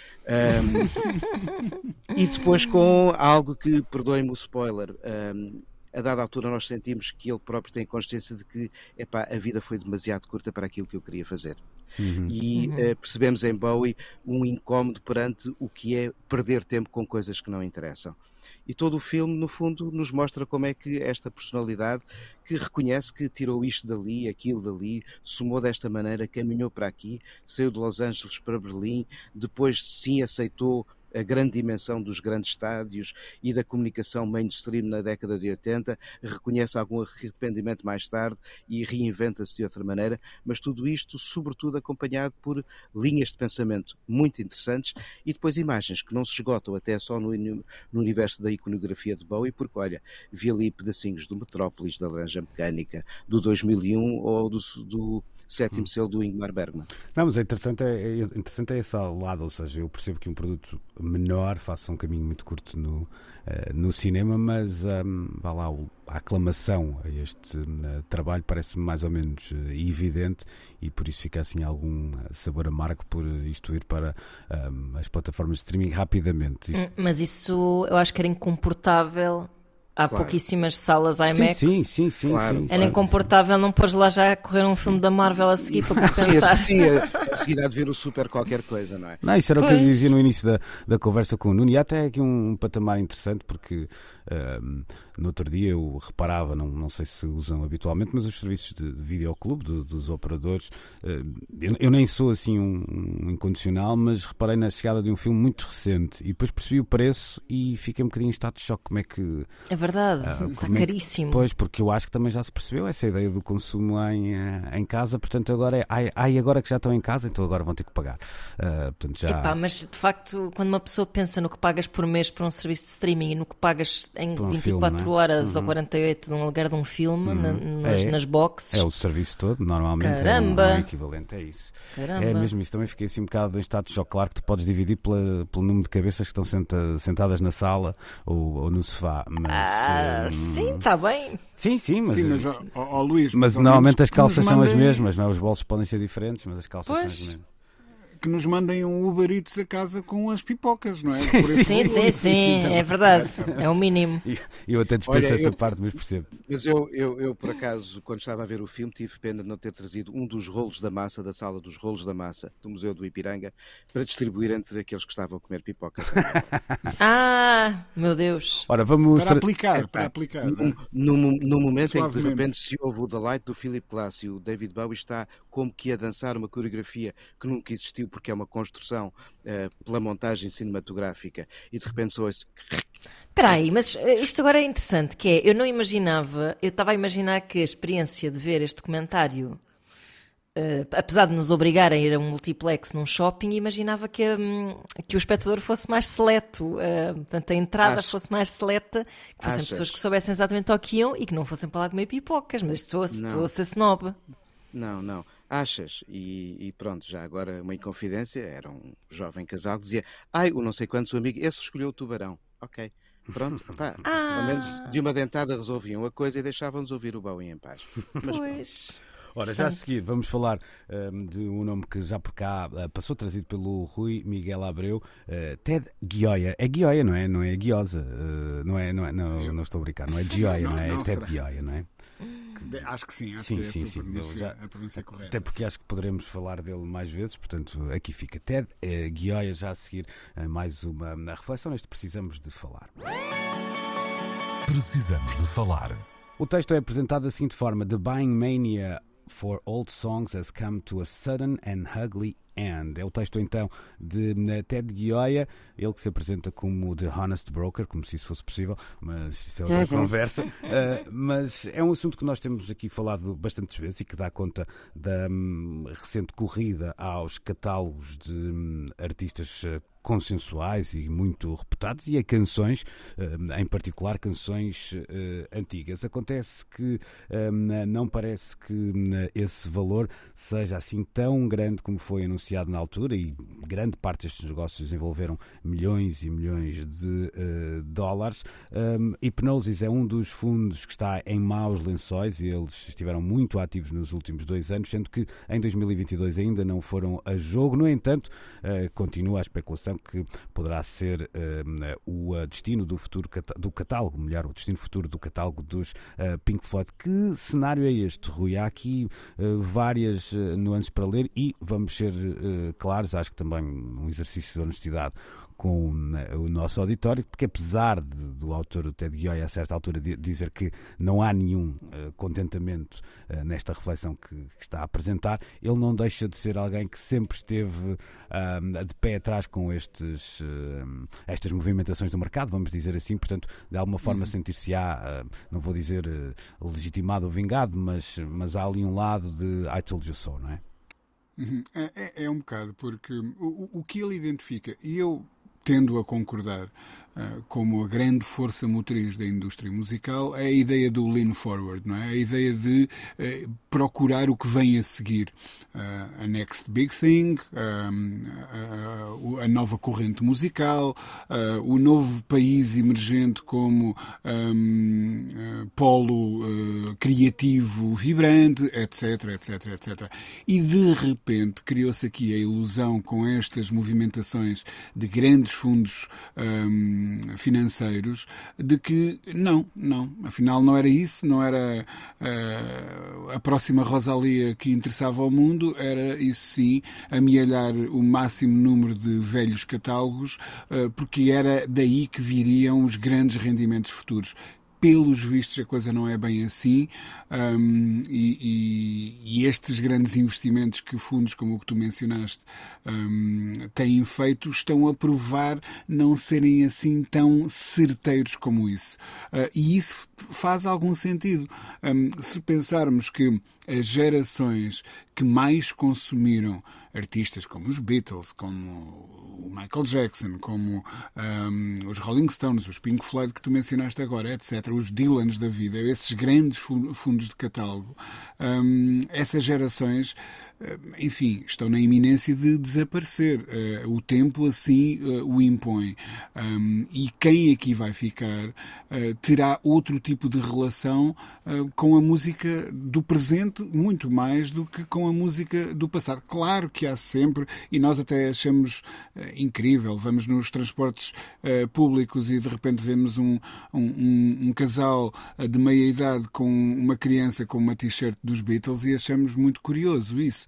E depois com algo que, perdoem-me o spoiler, a dada altura nós sentimos que ele próprio tem consciência de que a vida foi demasiado curta para aquilo que eu queria fazer. E percebemos em Bowie um incómodo perante o que é perder tempo com coisas que não interessam. E todo o filme, no fundo, nos mostra como é que esta personalidade, que reconhece que tirou isto dali, aquilo dali, somou desta maneira, caminhou para aqui, saiu de Los Angeles para Berlim, depois sim aceitou a grande dimensão dos grandes estádios e da comunicação mainstream na década de 80, reconhece algum arrependimento mais tarde e reinventa-se de outra maneira, mas tudo isto sobretudo acompanhado por linhas de pensamento muito interessantes e depois imagens que não se esgotam até só no universo da iconografia de Bowie, porque olha, vi ali pedacinhos do Metrópolis, da Laranja Mecânica, do 2001 ou do sétimo selo do Ingmar Bergman. Não, mas é interessante esse lado, ou seja, eu percebo que um produto menor faça um caminho muito curto no cinema, mas vá lá, a aclamação a este trabalho parece-me mais ou menos evidente e por isso fica assim algum sabor amargo por isto ir para as plataformas de streaming rapidamente. Mas isso eu acho que era incomportável. Há pouquíssimas salas IMAX. Sim. Era incomportável não pôs lá já a correr um filme da Marvel a seguir para compensar. Sim, a seguir há de ver o super qualquer coisa, não é? Não, isso era o que eu dizia no início da conversa com o Nuno, e até aqui um patamar interessante, porque no outro dia eu reparava, não sei se usam habitualmente, mas os serviços de videoclube dos operadores, eu nem sou assim um incondicional, mas reparei na chegada de um filme muito recente e depois percebi o preço e fiquei um bocadinho em estado de choque. Como é que... É verdade, está caríssimo. Pois, porque eu acho que também já se percebeu essa ideia do consumo em casa, portanto agora agora que já estão em casa, então agora vão ter que pagar. Portanto, já... Epá, mas de facto, quando uma pessoa pensa no que pagas por mês por um serviço de streaming e no que pagas em 24 horas ou 48 num lugar de um filme, nas boxes... É o serviço todo, normalmente. Caramba! É um equivalente, é isso. Caramba. É mesmo isso, também fiquei assim um bocado em estado de choque. Claro que tu podes dividir pelo número de cabeças que estão sentadas na sala ou no sofá, mas... sim, está bem. Sim, mas Luís, mas normalmente as calças são as mesmas, não é? Os bolsos podem ser diferentes, mas as calças são as mesmas. Que nos mandem um Uber Eats a casa com as pipocas, não é? Sim, é verdade. É o mínimo. Eu até dispensei essa parte, mas percebo. Mas eu, por acaso, quando estava a ver o filme, tive pena de não ter trazido um dos rolos da massa, da sala dos rolos da massa do Museu do Ipiranga, para distribuir entre aqueles que estavam a comer pipocas. Meu Deus. Ora, vamos... Para aplicar. No momento em que de repente se ouve o The Light do Philip Glass e o David Bowie está como que a dançar uma coreografia que nunca existiu, porque é uma construção pela montagem cinematográfica, e de repente só isso. Espera aí, mas isto agora é interessante, que é, eu não imaginava, eu estava a imaginar que a experiência de ver este documentário, apesar de nos obrigar a ir a um multiplex num shopping, imaginava que o espectador fosse mais seleto, portanto a entrada fosse mais seleta, que fossem pessoas que soubessem exatamente ao que iam e que não fossem para lá comer pipocas, mas estou a ser snob. Não. Achas? E pronto, já agora uma inconfidência, era um jovem casal que dizia, o não sei quanto, seu amigo, esse escolheu o tubarão. Ok, pronto, pelo menos de uma dentada resolviam a coisa e deixavam-nos ouvir o Bowie em paz. Mas, pois... Ora, já a seguir vamos falar de um nome que já por cá passou, trazido pelo Rui Miguel Abreu, Ted Gioia. É Gioia, não é? Não é Guiosa. Não estou a brincar, não é Gioia, não é? É Ted Gioia, não é? Acho que sim, sim, a pronúncia correta. Até porque acho que poderemos falar dele mais vezes, portanto aqui fica Ted Gioia, já a seguir mais uma reflexão neste Precisamos de Falar. Precisamos de Falar. O texto é apresentado da seguinte forma: The Buying Mania for Old Songs has come to a sudden and ugly end. É o texto então de Ted Gioia, ele que se apresenta como The Honest Broker, como se isso fosse possível, mas isso é outra conversa. Mas é um assunto que nós temos aqui falado bastantes vezes e que dá conta da recente corrida aos catálogos de artistas consensuais e muito reputados, e a canções, em particular canções antigas. Acontece que não parece que esse valor seja assim tão grande como foi anunciado na altura, e grande parte destes negócios envolveram milhões e milhões de dólares. Hipgnosis é um dos fundos que está em maus lençóis e eles estiveram muito ativos nos últimos 2 anos, sendo que em 2022 ainda não foram a jogo. No entanto, continua a especulação que poderá ser o destino do futuro do catálogo, melhor, o destino futuro do catálogo dos Pink Floyd. Que cenário é este, Rui? Há aqui várias nuances para ler e vamos ser claros, acho que também um exercício de honestidade com o nosso auditório, porque apesar do autor, o Ted Gioia, a certa altura dizer que não há nenhum contentamento nesta reflexão que está a apresentar, ele não deixa de ser alguém que sempre esteve de pé atrás com estas movimentações do mercado, vamos dizer assim, portanto, de alguma forma sentir-se-á, não vou dizer legitimado ou vingado, mas há ali um lado de I told you so, não é? É um bocado, porque o que ele identifica, e eu tendo a concordar como a grande força motriz da indústria musical, é a ideia do lean forward, não é? A ideia de procurar o que vem a seguir. A next big thing, a nova corrente musical, o novo país emergente como polo criativo vibrante, etc, etc, etc. E de repente criou-se aqui a ilusão, com estas movimentações de grandes fundos financeiros, de que não, afinal não era isso, não era a próxima Rosalía que interessava ao mundo, era isso sim, amealhar o máximo número de velhos catálogos, porque era daí que viriam os grandes rendimentos futuros. Pelos vistos a coisa não é bem assim, e estes grandes investimentos que fundos como o que tu mencionaste têm feito estão a provar não serem assim tão certeiros como isso. E isso faz algum sentido. Se pensarmos que as gerações que mais consumiram artistas como os Beatles, como o Michael Jackson, como os Rolling Stones, os Pink Floyd que tu mencionaste agora, etc., os Dylans da vida, esses grandes fundos de catálogo, essas gerações, enfim, estão na iminência de desaparecer. O tempo assim o impõe. E quem aqui vai ficar terá outro tipo de relação com a música do presente, muito mais do que com a música do passado. Claro que há sempre, e nós até achamos incrível, vamos nos transportes públicos e de repente vemos um casal de meia idade com uma criança com uma t-shirt dos Beatles e achamos muito curioso isso.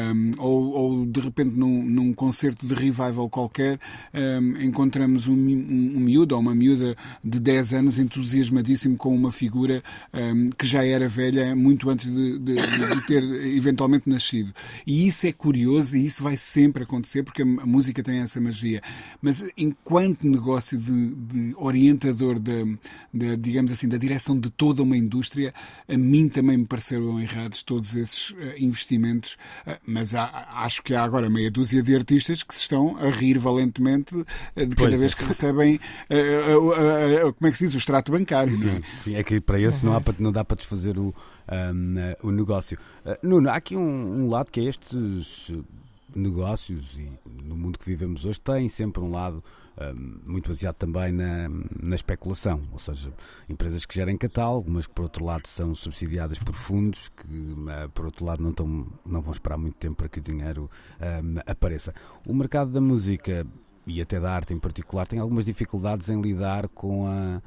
Ou de repente num concerto de revival qualquer encontramos um miúdo ou uma miúda de 10 anos entusiasmadíssimo com uma figura que já era velha muito antes de ter eventualmente nascido. E isso é curioso e isso vai sempre acontecer porque a música tem essa magia. Mas enquanto negócio de orientador digamos assim, da direção de toda uma indústria, a mim também me pareceram errados todos esses investimentos. Mas acho que há agora meia dúzia de artistas que se estão a rir valentemente de cada vez que recebem como é que se diz? O extrato bancário. Sim, não é? Sim, é que para esse não dá para desfazer o negócio. Nuno, há aqui um lado que é estes negócios, e no mundo que vivemos hoje tem sempre um lado muito baseado também na especulação, ou seja, empresas que gerem catálogo, mas que por outro lado são subsidiadas por fundos que por outro lado não vão esperar muito tempo para que o dinheiro apareça. O mercado da música e até da arte em particular tem algumas dificuldades em lidar com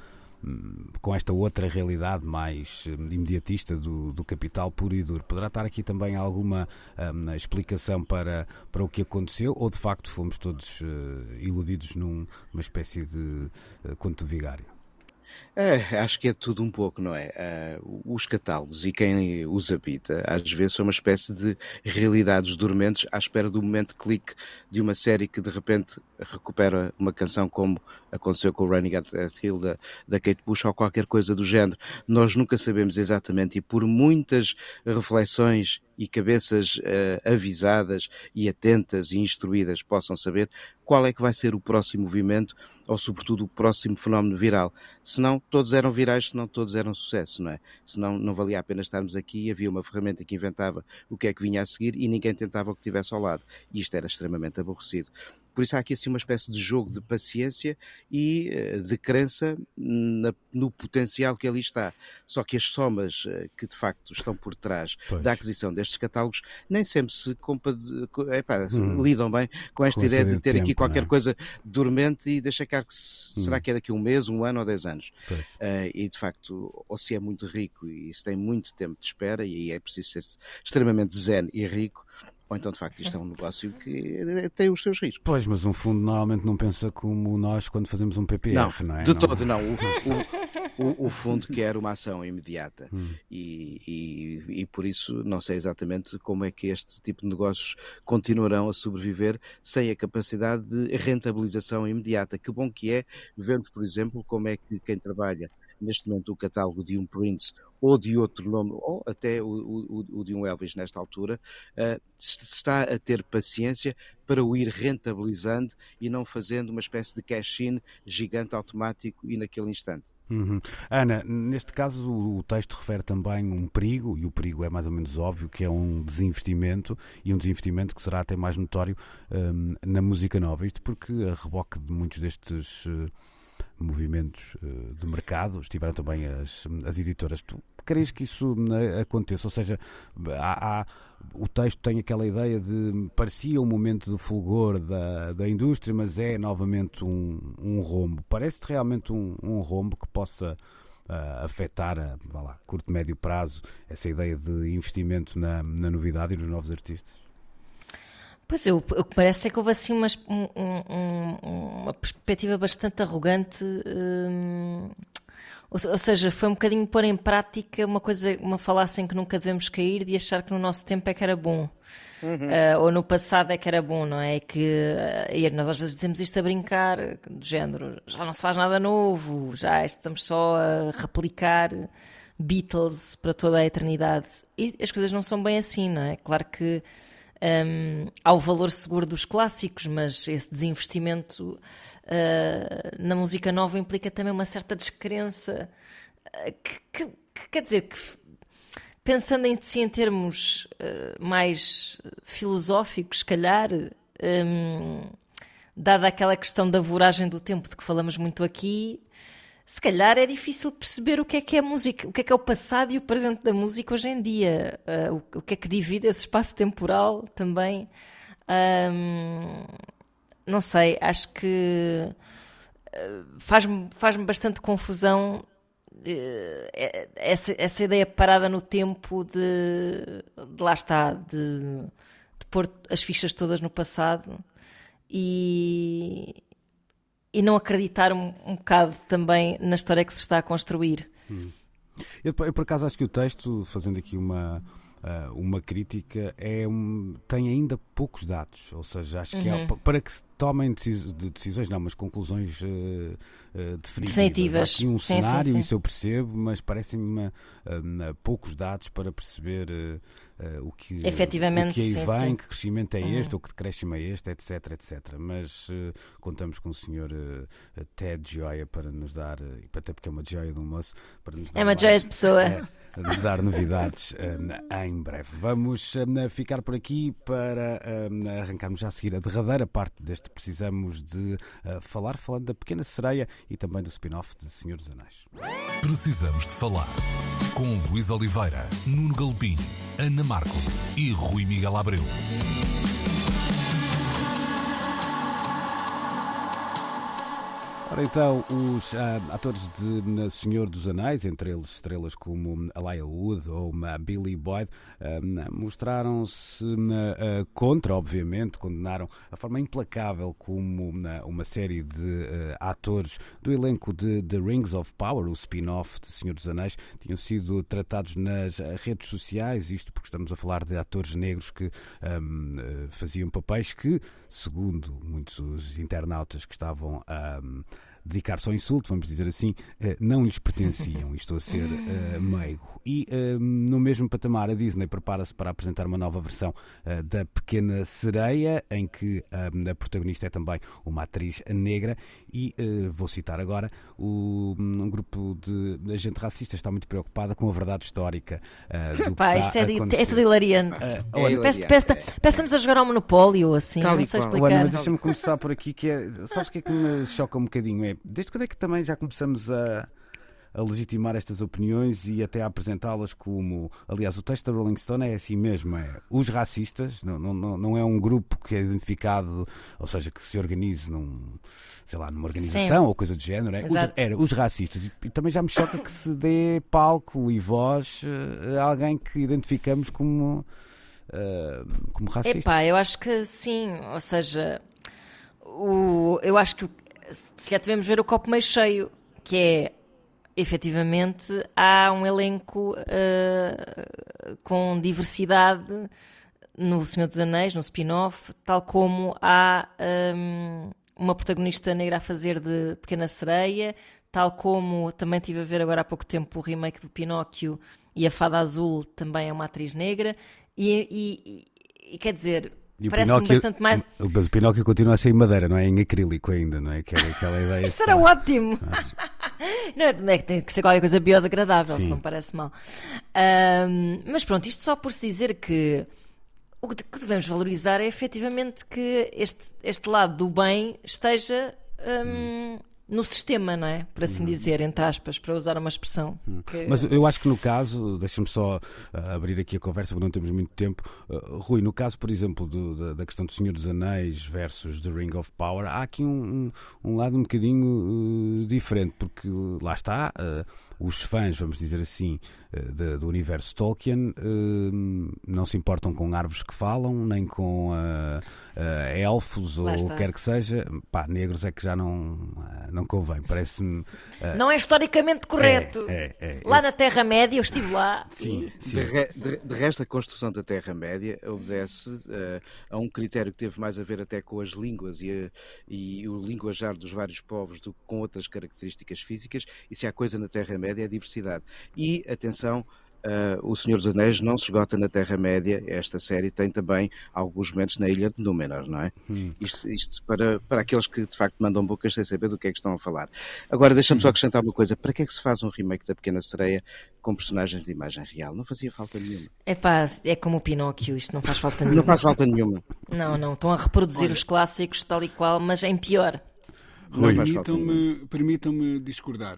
esta outra realidade mais imediatista do capital puro e duro. Poderá estar aqui também alguma explicação para o que aconteceu, ou de facto fomos todos iludidos numa espécie de conto vigário? Acho que é tudo um pouco, não é? Os catálogos e quem os habita, às vezes são uma espécie de realidades dormentes à espera do momento clique de uma série que de repente recupera uma canção, como aconteceu com o Running at That Hill da Kate Bush ou qualquer coisa do género. Nós nunca sabemos exatamente, e por muitas reflexões e cabeças avisadas e atentas e instruídas possam saber qual é que vai ser o próximo movimento ou sobretudo o próximo fenómeno viral. Senão todos eram virais, senão todos eram sucesso, não é? Senão não valia a pena estarmos aqui e havia uma ferramenta que inventava o que é que vinha a seguir e ninguém tentava o que tivesse ao lado. E isto era extremamente aborrecido. Por isso há aqui assim uma espécie de jogo de paciência e de crença no potencial que ali está. Só que as somas que de facto estão por trás da aquisição destes catálogos nem sempre se lidam bem com esta ideia de ter aqui qualquer coisa dormente e deixar cá que será que é daqui a um mês, um ano ou 10 anos. E de facto, ou se é muito rico e se tem muito tempo de espera, e aí é preciso ser extremamente zen e rico, ou então de facto isto é um negócio que tem os seus riscos. Pois, mas um fundo normalmente não pensa como nós quando fazemos um PPR, não é? De todo, não. O fundo quer uma ação imediata e por isso não sei exatamente como é que este tipo de negócios continuarão a sobreviver sem a capacidade de rentabilização imediata. Que bom que é vermos, por exemplo, como é que quem trabalha neste momento o catálogo de um Prince ou de outro nome, ou até o de um Elvis nesta altura, está a ter paciência para o ir rentabilizando e não fazendo uma espécie de cash-in gigante automático e naquele instante. Ana, neste caso o texto refere também um perigo, e o perigo é mais ou menos óbvio, que é um desinvestimento, e um desinvestimento que será até mais notório na música nova. Isto porque a reboque de muitos destes movimentos de mercado estiveram também as editoras. Tu queres que isso aconteça? Ou seja, o texto tem aquela ideia de parecia um momento de fulgor da indústria, mas é novamente um rombo. Parece-te realmente um rombo que possa afetar a curto e médio prazo essa ideia de investimento na novidade e nos novos artistas? Pois, o que parece é que houve assim uma perspectiva bastante arrogante, ou seja, foi um bocadinho pôr em prática uma falácia em que nunca devemos cair, de achar que no nosso tempo é que era bom, ou no passado é que era bom, não é? E nós às vezes dizemos isto a brincar, do género, já não se faz nada novo, já estamos só a replicar Beatles para toda a eternidade. E as coisas não são bem assim, não é? Claro que há o valor seguro dos clássicos, mas esse desinvestimento na música nova implica também uma certa descrença que quer dizer que, pensando em si em termos mais filosóficos, se calhar, dada aquela questão da voragem do tempo de que falamos muito aqui, se calhar é difícil perceber o que é música, o que é o passado e o presente da música hoje em dia, o que é que divide esse espaço temporal também. Não sei, acho que faz-me bastante confusão essa ideia parada no tempo de lá está, de pôr as fichas todas no passado e não acreditar um bocado também na história que se está a construir. Eu por acaso acho que o texto, fazendo aqui uma crítica, tem ainda poucos dados, ou seja, acho que para que se tomem decisões, não, mas conclusões definitivas. Há aqui um cenário, isso eu percebo, mas parecem-me poucos dados para perceber o que aí vem, que crescimento é este, ou que decréscimo é este, etc, etc. Mas contamos com o Sr. Ted Gioia para nos dar, até porque é uma joia do moço, para nos dar uma joia de pessoa. Nos dar novidades em breve. Vamos ficar por aqui para arrancarmos já a seguir a derradeira parte deste Precisamos de Falar, falando da Pequena Sereia e também do spin-off de Senhor dos Anéis. Precisamos de Falar, com Luís Oliveira, Nuno Galpim, Ana Marco e Rui Miguel Abreu. Ora então, os atores de Senhor dos Anéis, entre eles estrelas como Elijah Wood ou Billy Boyd, mostraram-se contra, obviamente, condenaram a forma implacável como uma série de atores do elenco de The Rings of Power, o spin-off de Senhor dos Anéis, tinham sido tratados nas redes sociais, isto porque estamos a falar de atores negros que faziam papéis que, segundo muitos internautas que estavam a dedicar-se ao insulto, vamos dizer assim, não lhes pertenciam, e estou a ser meigo. E no mesmo patamar a Disney prepara-se para apresentar uma nova versão da Pequena Sereia, em que a protagonista é também uma atriz negra, e vou citar agora, um grupo de gente racista está muito preocupada com a verdade histórica do que está a acontecer. É tudo hilariante. Parece que estamos a jogar ao Monopólio, assim, não sei explicar. Mas deixa-me começar por aqui, sabes o que é que me choca um bocadinho? Desde quando é que também já começamos a legitimar estas opiniões e até a apresentá-las como... Aliás, o texto da Rolling Stone é assim mesmo, os racistas, não é um grupo que é identificado, ou seja, que se organize numa organização, sim, ou coisa do género, era os racistas. E também já me choca que se dê palco e voz a alguém que identificamos como como racista. Epá, eu acho que sim, ou seja, eu acho que se calhar devemos ver o copo meio cheio, que é, efetivamente, há um elenco com diversidade no Senhor dos Anéis, no spin-off, tal como há uma protagonista negra a fazer de Pequena Sereia, tal como também estive a ver agora há pouco tempo o remake do Pinóquio e a Fada Azul também é uma atriz negra, e quer dizer, parece-me bastante mais... Mas o Pinóquio continua a ser em madeira, não é em acrílico ainda, não é? Aquela ideia. Isso era ótimo! Não é que tem que ser qualquer coisa biodegradável, se não parece mal. Mas pronto, isto só por se dizer que o que devemos valorizar é efetivamente que este lado do bem esteja no sistema, não é? Por assim dizer, entre aspas, para usar uma expressão. Mas eu acho que no caso, deixa-me só abrir aqui a conversa, porque não temos muito tempo. Rui, no caso, por exemplo, da questão do Senhor dos Anéis versus The Ring of Power, há aqui um lado um bocadinho diferente, porque lá está, os fãs, vamos dizer assim, do universo Tolkien não se importam com árvores que falam, nem com elfos ou o que quer que seja. Pá, negros é que já não convém, parece-me... Não é historicamente correto. Lá na Terra-média, eu estive lá. Sim. De resto, a construção da Terra-média obedece a um critério que teve mais a ver até com as línguas e o linguajar dos vários povos do que com outras características físicas, e se há coisa na Terra-média é a diversidade. E, atenção, o Senhor dos Anéis não se esgota na Terra-média. Esta série tem também alguns momentos na Ilha de Númenor, não é? Isto para aqueles que de facto mandam bocas sem saber do que é que estão a falar. Agora deixa-me só acrescentar uma coisa: para que é que se faz um remake da Pequena Sereia com personagens de imagem real? Não fazia falta nenhuma. Epá, é como o Pinóquio, isto não faz falta nenhuma. Não faz falta nenhuma. Não, estão a reproduzir os clássicos tal e qual, mas em pior. Permitam-me discordar.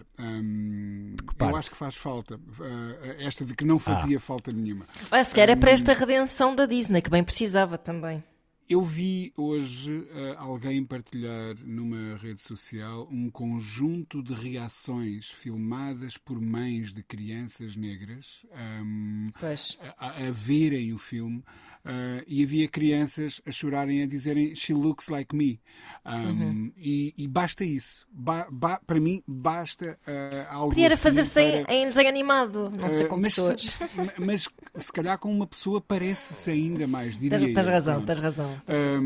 Eu acho que faz falta. Esta de que não fazia falta nenhuma. Se calhar é para esta redenção da Disney, que bem precisava também. Eu vi hoje alguém partilhar numa rede social um conjunto de reações filmadas por mães de crianças negras a verem o filme. E havia crianças a chorarem, a dizerem "She looks like me". E basta isso. Para mim, basta algo. Podia assim fazer-se em desenho animado, não sei com pessoas. Mas se calhar com uma pessoa parece-se ainda mais, diria eu. Tens razão.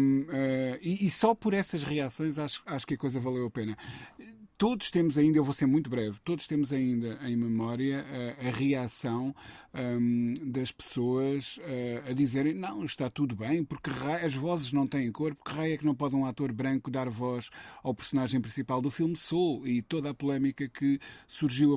E só por essas reações acho que a coisa valeu a pena. Todos temos ainda, eu vou ser muito breve, todos temos ainda em memória a reação das pessoas a dizerem não, está tudo bem, porque as vozes não têm cor, porque raio é que não pode um ator branco dar voz ao personagem principal do filme Soul, e toda a polémica que surgiu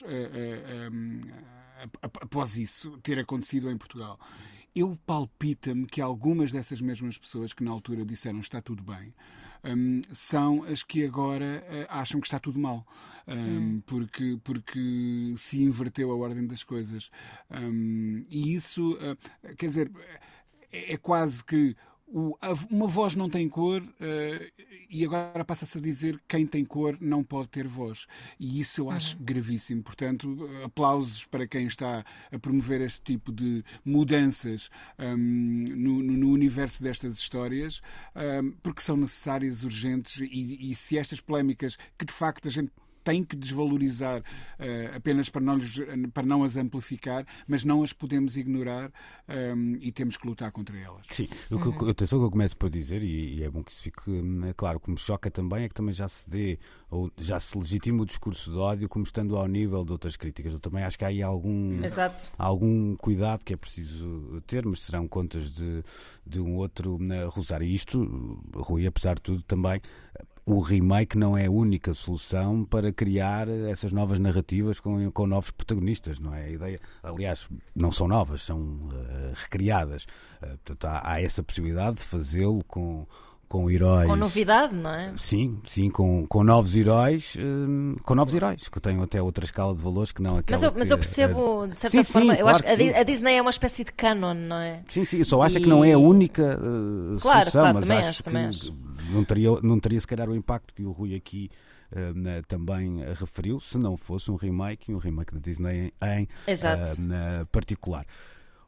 após isso ter acontecido em Portugal. Eu palpita-me que algumas dessas mesmas pessoas que na altura disseram está tudo bem, são as que agora acham que está tudo mal, porque se inverteu a ordem das coisas. E isso, quer dizer, é quase que uma voz não tem cor e agora passa-se a dizer que quem tem cor não pode ter voz. E isso eu acho gravíssimo. Portanto, aplausos para quem está a promover este tipo de mudanças no universo destas histórias, porque são necessárias, urgentes, e se estas polémicas que de facto a gente tem que desvalorizar apenas para não as amplificar, mas não as podemos ignorar e temos que lutar contra elas. Sim, atenção que eu começo por dizer, e é bom que isso fique claro, o que me choca também é que também já se legitima o discurso de ódio como estando ao nível de outras críticas. Eu também acho que há aí algum cuidado que é preciso ter, mas serão contas de um outro Rosário. E isto, Rui, apesar de tudo, também o remake não é a única solução para criar essas novas narrativas com novos protagonistas, não é? A ideia, aliás, não são novas, são recriadas. Portanto, há essa possibilidade de fazê-lo com heróis. Com novidade, não é? Sim, com novos heróis, que têm até outra escala de valores que não aquela. Mas eu percebo, de certa forma, eu acho que a Disney é uma espécie de canon, não é? Sim, eu só acho que não é a única solução, mas também acho que não teria se calhar o impacto que o Rui aqui também referiu, se não fosse um remake da Disney em particular.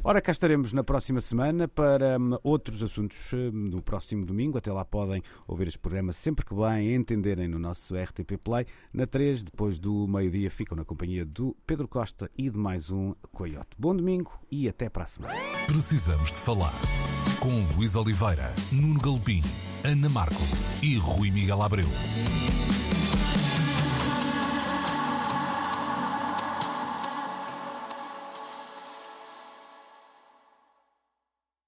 Ora, cá estaremos na próxima semana para outros assuntos no próximo domingo. Até lá podem ouvir este programa sempre que bem entenderem no nosso RTP Play. Na 3, depois do meio-dia, ficam na companhia do Pedro Costa e de mais um Coiote. Bom domingo e até para a semana. Precisamos de falar com Luís Oliveira, Nuno Galpim, Ana Marco e Rui Miguel Abreu.